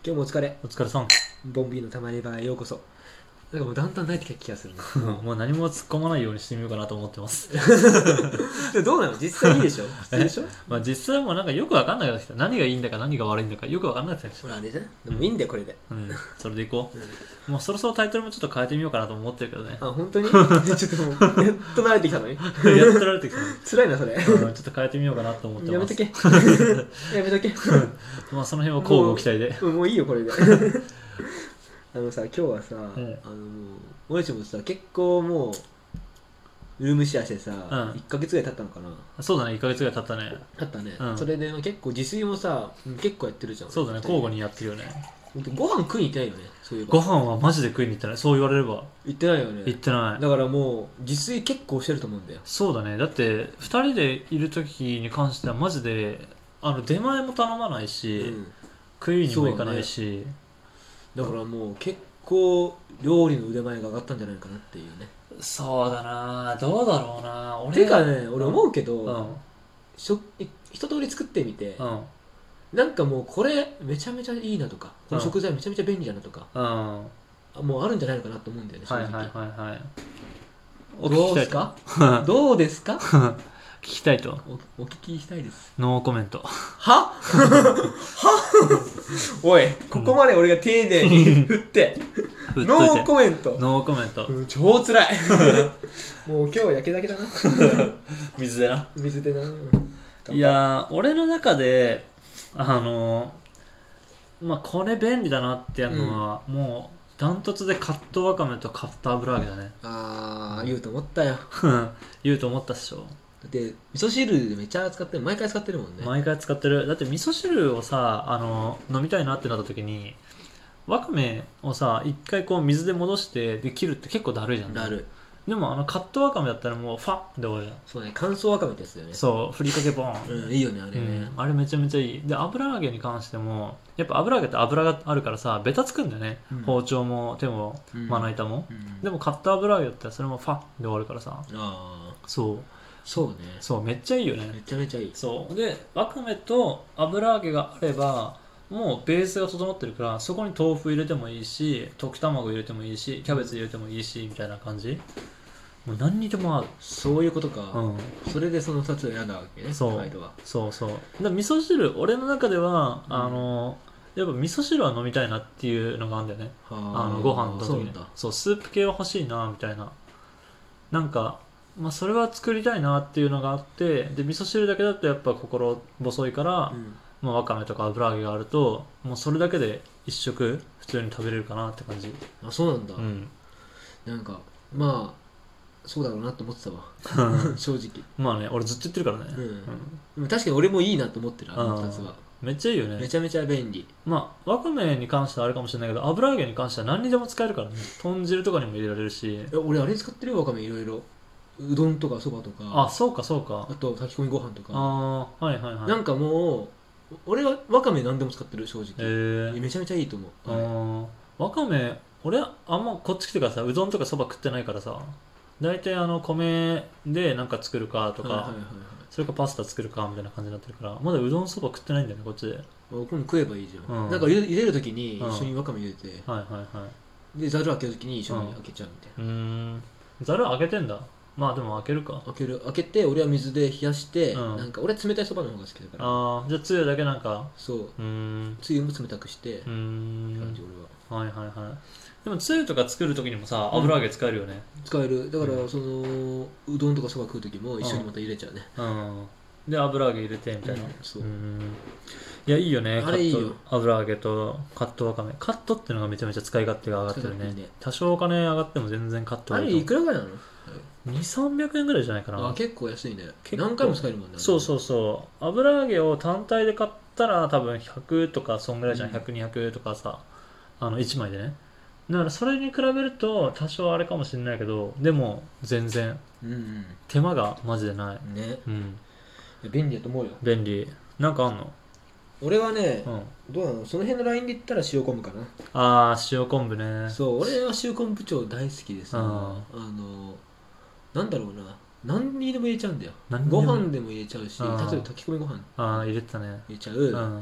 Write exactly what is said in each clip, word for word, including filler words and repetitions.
今日もお疲れ。 お疲れさん。 ボンビーのたまり場へようこそ。なんかもうだんだん慣れてきた気がするな。 もう何も突っ込まないようにしてみようかなと思ってます。 でどうなの？実際いいでしょ？普通でしょ？ まあ実際もなんかよくわかんなくなってきた。何がいいんだか何が悪いんだかよくわかんなくなってきた。 ほらあれじゃん。でもいいんだよこれで。 うん、それでいこう。 うん、 もうそろそろタイトルもちょっと変えてみようかなと思ってるけどね。 あ、本当に？ちょっともうやっと慣れてきたのに。 やっと慣れてきたね。 辛いなそれ。 うん、ちょっと変えてみようかなと思ってます。 やめとけ。やめとけ。 まあその辺は交互期待で。 もうもういいよこれで。あのさ今日はさ、 うん、 あのもう俺たちもさ結構もうルームシェアしてさ、 うん、 いっかげつぐらい経ったのかな。 そうだね、いっかげつぐらい経ったね。 経ったね、 うん、 それで結構自炊もさ結構やってるじゃん。 そうだね、交互にやってるよね。 ご飯食いに行ってないよね。そういえばご飯はマジで食いに行ってない。そう言われれば行ってないよね。 行ってない。 だからもう自炊結構してると思うんだよ。 そうだね。だってふたりでいる時に関してはマジであの出前も頼まないし、うん、食いにも行かないし、 だからもう結構料理の腕前が上がったんじゃないかなっていうね。 そうだな、どうだろうな。 俺てかね、俺思うけど、 うん、 し一通り作ってみて、 うん、 なんかもうこれめちゃめちゃいいなとか、この食材めちゃめちゃ便利だなとか、うん、もうあるんじゃないのかなと思うんだよね。 はいはいはいはい。 おどうですか？どうですか？ 聞きたいとお, お聞きしたいです。 ノーコメント。 ははおい、ここまで俺が丁寧に振ってノーコメント。 ノーコメント、 うん、超つらい。もう今日は焼けだけだな。 水でな水でな。 いやー、俺の中であのー、まあこれ便利だなっていうのは、うん、もうダントツでカットわかめとカット油揚げだね。 あー、言うと思ったよ。 言うと思ったっしょ。 だって味噌汁でめっちゃ使ってる。毎回使ってるもんね。 毎回使ってる。だって味噌汁をさ、あの飲みたいなってなった時にわかめをさ一回こう水で戻してで切るって結構だるいじゃん。 だるい。 でもあのカットわかめだったらもうファッで終わるじゃん。 そうね、乾燥わかめってやつだよね。 そう、ふりかけボーン、 うん、いいよねあれね、 うん、あれめちゃめちゃいい。で油揚げに関してもやっぱ油揚げって油があるからさベタつくんだよね、うん、包丁も手も、うん、まな板も、うん、でもカット油揚げだったらそれもファッで終わるからさ。あそうそうね、 そうめっちゃいいよね。 めちゃめちゃいい。 そうでわかめと油揚げがあればもうベースが整ってるからそこに豆腐入れてもいいし溶き卵入れてもいいしキャベツ入れてもいいしみたいな感じ。もう何にでも合う。 そういうことか、うん、それでそのふたつを選んだわけね。 そうそうそうだ味噌汁俺の中では、うん、あのやっぱ味噌汁は飲みたいなっていうのがあるんだよね。あのご飯の時にそうそうスープ系は欲しいなみたいな。なんかまあ、それは作りたいなっていうのがあってで味噌汁だけだとやっぱ心細いから、うんまあ、わかめとか油揚げがあるともうそれだけで一食普通に食べれるかなって感じ。 あ、そうなんだ、うん、なんかまあそうだろうなと思ってたわ正直。 まあね俺ずっと言ってるからね、 うんうん、確かに俺もいいなと思ってる。あのふたつはめっちゃいいよね。 めちゃめちゃ便利。 まあわかめに関してはあれかもしれないけど油揚げに関しては何にでも使えるからね。豚汁とかにも入れられるし。 俺あれ使ってるよわかめいろいろ。うどんとかそばとか。 あ、そうかそうか。 あと炊き込みご飯とか。 ああはいはいはい。 なんかもう俺はわかめ何でも使ってる正直。えー、めちゃめちゃいいと思う。 ああわかめ俺あんまこっち来てからさうどんとかそば食ってないからさ大体あの米でなんか作るかとか、はいはいはいはい、それかパスタ作るかみたいな感じになってるからまだうどんそば食ってないんだよねこっちで。 僕も食えばいいじゃん、うん、なんか茹でるときに一緒にわかめ入れて、うん、はいはいはいでざる開けるときに一緒に開けちゃうみたいな。うん、 ざる開けてんだ。まあでも開けるか。 開ける開けて俺は水で冷やして、うん、なんか俺は冷たいそばの方が好きだから。 ああじゃあつゆだけなんかそううんつゆも冷たくしてうん感じ俺は。はいはいはい。でもつゆとか作るときにもさ油揚げ使えるよね、 うん、使える。だから、うん、そのうどんとかそば食うときも一緒にまた入れちゃうね。うん、 うん、で油揚げ入れてみたいな、うん、そううんいやいいよね。 あれいいよ。 カット油揚げとカットわかめカットっていうのがめちゃめちゃ使い勝手が上がってる ね, ね多少お金上がっても全然カットあれいくらぐらいなの？ にせんさんびゃくえんぐらいじゃないかな。 あ結構安いね。何回も使えるもんね。 そうそうそう油揚げを単体で買ったら多分ひゃくとかそんぐらいじゃん、うん、ひゃく、にひゃくとかさあのいちまいでね。だからそれに比べると多少あれかもしれないけどでも全然手間がマジでない、 うんうん、ね、 うん、 便利だと思うよ。 便利。なんかあんの？ 俺はね、うん、どうなのその辺のラインで言ったら塩昆布かな。 ああ塩昆布ね。 そう俺は塩昆布超大好きでさ、うん、あのなんだろうな何にでも入れちゃうんだよ。ご飯でも入れちゃうし、例えば炊き込みご飯あ入れてたね入れちゃう、うん、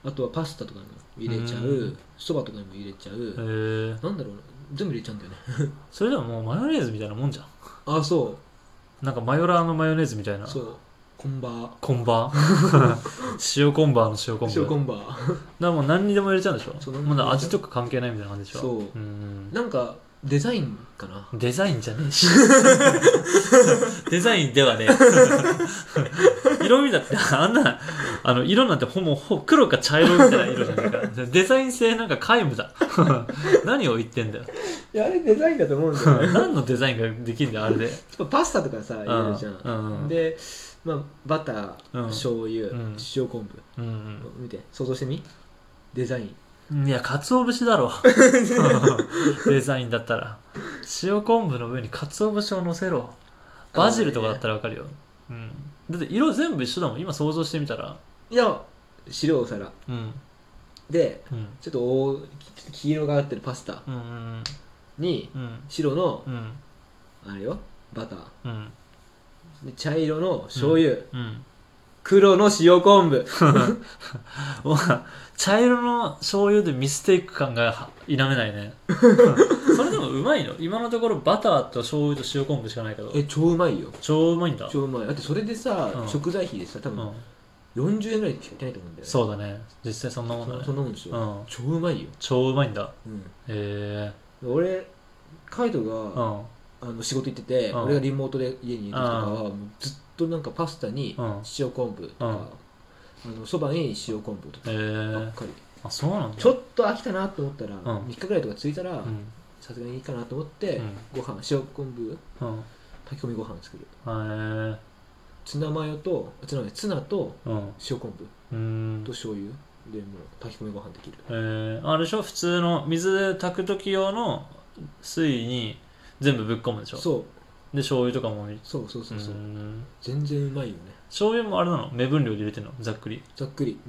あとはパスタとかにも入れちゃう、そばとかにも入れちゃう、 へえ。 なんだろうな、全部入れちゃうんだよねそれでももうマヨネーズみたいなもんじゃん。 あ、そう、 なんかマヨラーのマヨネーズみたいな。 そう、コンバー、 コンバー塩コンバーの塩コンバー。 塩コンバーだからもう何にでも入れちゃうんでしょ。 そう、 まだ味とか関係ないみたいな感じでしょ。 そう、 うん、 なんかデザインかな。 デザインじゃねえしデザインではね色味だってあんなあの色なんてほぼほ黒か茶色みたいな色じゃないからデザイン性なんか皆無だ何を言ってんだよ。 いや、あれデザインだと思うんだよね何のデザインができるんだよあれで。 パスタとかさ入れるじゃん、 うんうん、 で、まあ、バター、 うん、 醤油、うん、塩昆布、うんうん、見て想像してみ、デザイン。 いや、鰹節だろデザインだったら塩昆布の上に鰹節を乗せろ。バジルとかだったらわかるよ、うん、だって色全部一緒だもん今想像してみたら。 いや、白お皿、うん、で、うん、ちょっと大黄色がかってるパスタに、うんうん、白の、うん、あれよバター、うん、で茶色の醤油、うんうん、黒の塩昆布茶色の醤油でミステイク感が否めないねそれでもうまいの今のところ。バターと醤油と塩昆布しかないけど。 え、超うまいよ。 超うまいんだ。 超うまい。だってそれでさ、うん、食材費でさ多分、うん、よんじゅうえんぐらいしかいってないと思うんだよね。 そうだね、実際そんなもんだね。 そんなもんでしょ、うん、超うまいよ。 超うまいんだ、うん、へえ。 俺カイトが、うん、あの仕事行ってて、うん、俺がリモートで家にいる時とかは、うん、もうずっとなんかパスタに塩昆布とか、うん、あのそばに塩昆布とかばっかり。 あ、そうなんだ。 ちょっと飽きたなと思ったら、うん、みっかぐらいとかついたらさすがにいいかなと思って、うん、ご飯塩昆布、うん、炊き込みご飯作る。へえ。ツナマヨとツナツナと塩昆布と醤油でもう炊き込みご飯できる。 へえ。あれでしょ、普通の水で炊く時用の水に全部ぶっ込むでしょ。そうで、醤油とかも。 そうそうそうそう、全然うまいよね。醤油もあれなの、目分量で入れてんの？ざっくりざっくり、うん、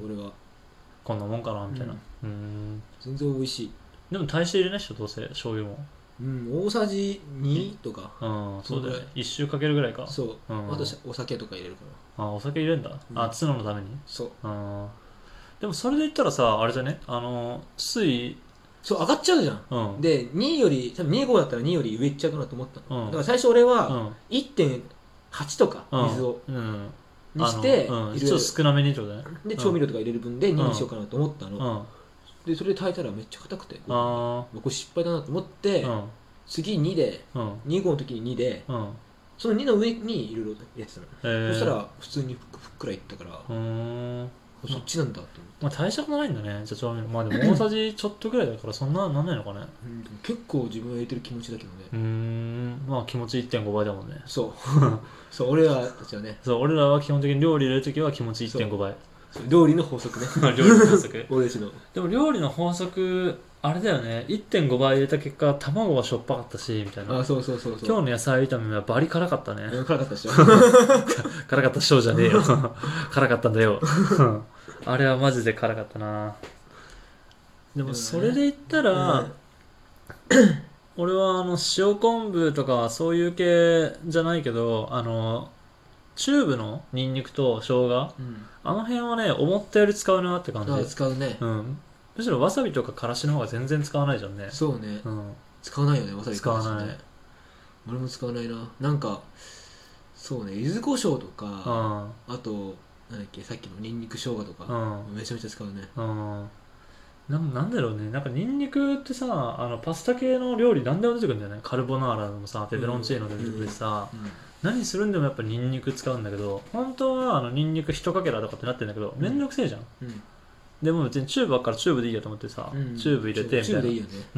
俺はこんなもんかなみたいな、 うん、うん全然美味しい。 でも大して入れないでしょどうせ醤油も。 うん、大さじにとか。 うん、そうだよね。一周かけるぐらいか。 そう、うん、あとお酒とか入れるから。あ、お酒入れるんだ、うん、あ、ツナのために。 そう。 あ、でもそれで言ったらさ、あれじゃね、あの水そう上がっちゃうじゃん、うん、でにより多分にじゅうごだったらにより上いっちゃうかなと思ったの、うん、だから最初俺は いってんはち とか水を、うん、にしてうん、ちょっと少なめにってことね。 で調味料とか入れる分でににしようかなと思ったの、うん、でそれで炊いたらめっちゃ硬くて、あこれ失敗だなと思って、うん、次にで、うん、にじゅうごの時ににで、うん、そのにの上にいろいろ入れてたの、えー、そしたら普通にふっくらいったから、うーんそっちなんだって思って、 まあ、大したことないんだね。じゃあ調味料まあでも大さじちょっとぐらいだからそんななんないのかね、 うん、結構自分が入れてる気持ちだけどね。 うーん、まあ気持ち いってんご 倍だもんね。 そうそう俺らたちはね、 そう俺らは基本的に料理入れるときは気持ち いってんご 倍。 料理の法則ね料理の法則俺たちの。でも料理の法則あれだよね、いってんご 倍入れた結果卵はしょっぱかったしみたいな。 あ、そうそうそうそう。 今日の野菜炒めはバリ辛かったね。 辛かったでしょ辛かったっしょじゃねえよ辛かったんだよあれはマジで辛かったな。でもそれで言ったら、うん、俺はあの塩昆布とかそういう系じゃないけど、あのチューブのニンニクと生姜、うん、あの辺はね思ったより使うなって感じ。 あ、使うね、 うん、むしろわさびとかからしの方が全然使わないじゃんね。 そうね、うん、使わないよねわさびからしね。使わない。俺も使わないな。なんかそうね、柚子胡椒とか、うん、あとなんだっけさっきのニンニク生姜とか、うん、めちゃめちゃ使うね。うんな, なんだろうね、なんかニンニクってさ、あのパスタ系の料理何でも出てくるんだよね。カルボナーラでもさ、ペペロンチーノで出てくるしさ、うんうんうん、何するんでもやっぱニンニク使うんだけど、本当はあのニンニク一かけらとかってなってるんだけど、めんどくせえじゃん、うん、でも別にチューブあっからチューブでいいやと思ってさ、うん、チューブ入れてみたいな、チューブでいいよね、うん、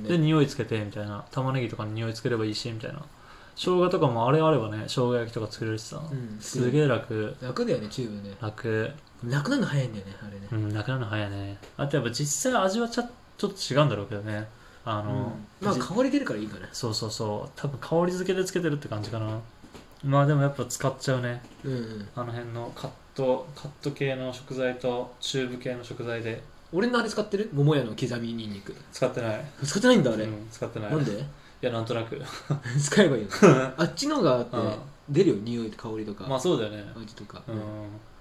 で匂いつけてみたいな、玉ねぎとかに匂いつければいいしみたいな。生姜とかもあれあればね、生姜焼きとか作れるしさ、うん、すげえ楽。楽だよねチューブね。楽。なくなるの早いんだよねあれね。うん、なくなるの早いね。あとやっぱ実際味はちょっと違うんだろうけどね。あの、うん、まあ香り出るからいいかね。そうそうそう。多分香り付けでつけてるって感じかな。まあでもやっぱ使っちゃうね。うんうん、あの辺のカットカット系の食材とチューブ系の食材で。俺のあれ使ってる？桃屋の刻みニンニク。使ってない。使ってないんだあれ。うん、使ってない。なんで？いやなんとなく使えばいいのあっちのがあって出るよ、匂いと香りとか。まあそうだよね、味とか、うん、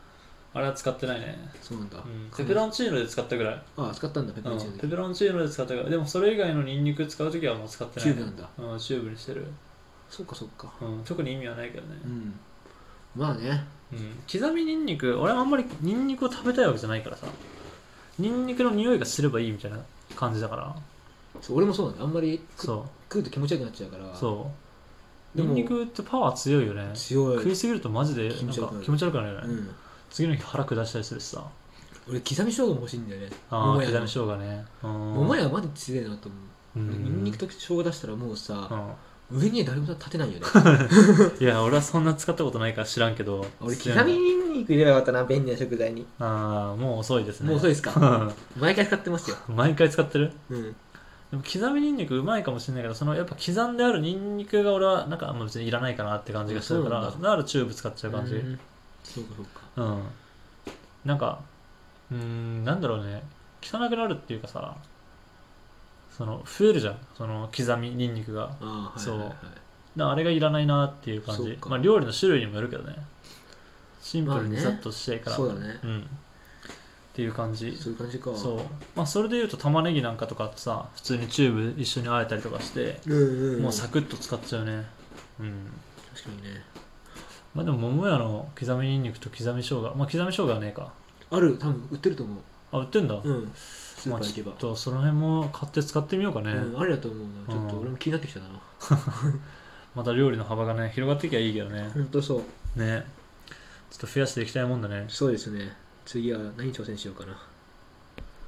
あれは使ってないね。 そうなんだ、うん、 ペペロンチーノで使ったぐらい。 ああ使ったんだペペロンチーノで、 うん、ペペロンチーノで使ったぐらい。でもそれ以外のニンニク使うときはもう使ってない、 チューブなんだ。 うん、チューブにしてる。 そっかそっか、 うん、特に意味はないけどね。 うん、まあね、 うん、刻みニンニク、俺はあんまりニンニクを食べたいわけじゃないからさ、ニンニクの匂いがすればいいみたいな感じだから。 そう俺もそうなんだ、あんまりそう食うと気持ち悪くなっちゃうから。 そうニンニクってパワー強いよね。 強い。 食いすぎるとマジでなんか気持ち悪くなるよね、うん、次の日腹下したりするしさ。 俺刻み生姜も欲しいんだよね。 ああ刻み生姜ね。 桃屋はまだ強いなと思う。ニンニクと生姜出したらもうさ、うん、上に誰も立てないよね。 いや俺はそんな使ったことないから知らんけど、 俺刻みニンニク入れればよかったな、便利な食材に。 ああもう遅いですね。 もう遅いですか。毎回使ってますよ。 毎回使ってる。 うん。 でも刻みニンニクうまいかもしれないけど、そのやっぱ刻んであるニンニクが俺はなんかあんま別にいらないかなって感じがしてるから、だからチューブ使っちゃう感じ。 そうかそうか。 うん。なんかうーんなんだろうね、汚くなるっていうかさ、その増えるじゃん、その刻みニンニクが。 あ、 そう、 はいはいはい、 だあれがいらないなっていう感じ。まあ料理の種類にもよるけどね。シンプルにさっとしたいから、 まあね、そうだね、 うん、っていう感じ。 そういう感じか。 そう、まあ、それでいうと玉ねぎなんかとかってさ、普通にチューブ一緒に和えたりとかして、 うんうんうん、 もうサクッと使っちゃうね。うん、 確かにね。 まあでも桃屋の刻みニンニクと刻み生姜、まあ刻み生姜はねえか、 ある、多分売ってると思う。 あ売ってんだ。 うん、スーパー行けば、 まあ、ちょっとその辺も買って使ってみようかね。 うん、あれだと思うな。ちょっと俺も気になってきたな。 また料理の幅がね広がってきゃいいけどね。 ほんとそうね、ちょっと増やしていきたいもんだね。 そうですね。次は何挑戦しようかな。